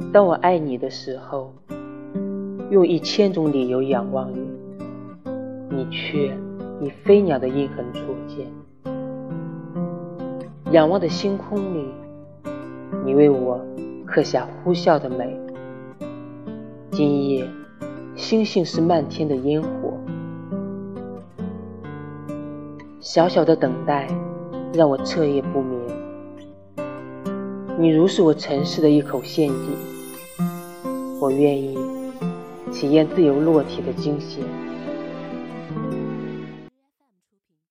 当我爱你的时候，用1000种理由仰望你，你却以飞鸟的印痕出现。仰望的星空里，你为我刻下呼啸的美。今夜星星是漫天的烟火，小小的等待让我彻夜不眠。你如是我城市的一口陷阱，我愿意体验自由落体的惊险。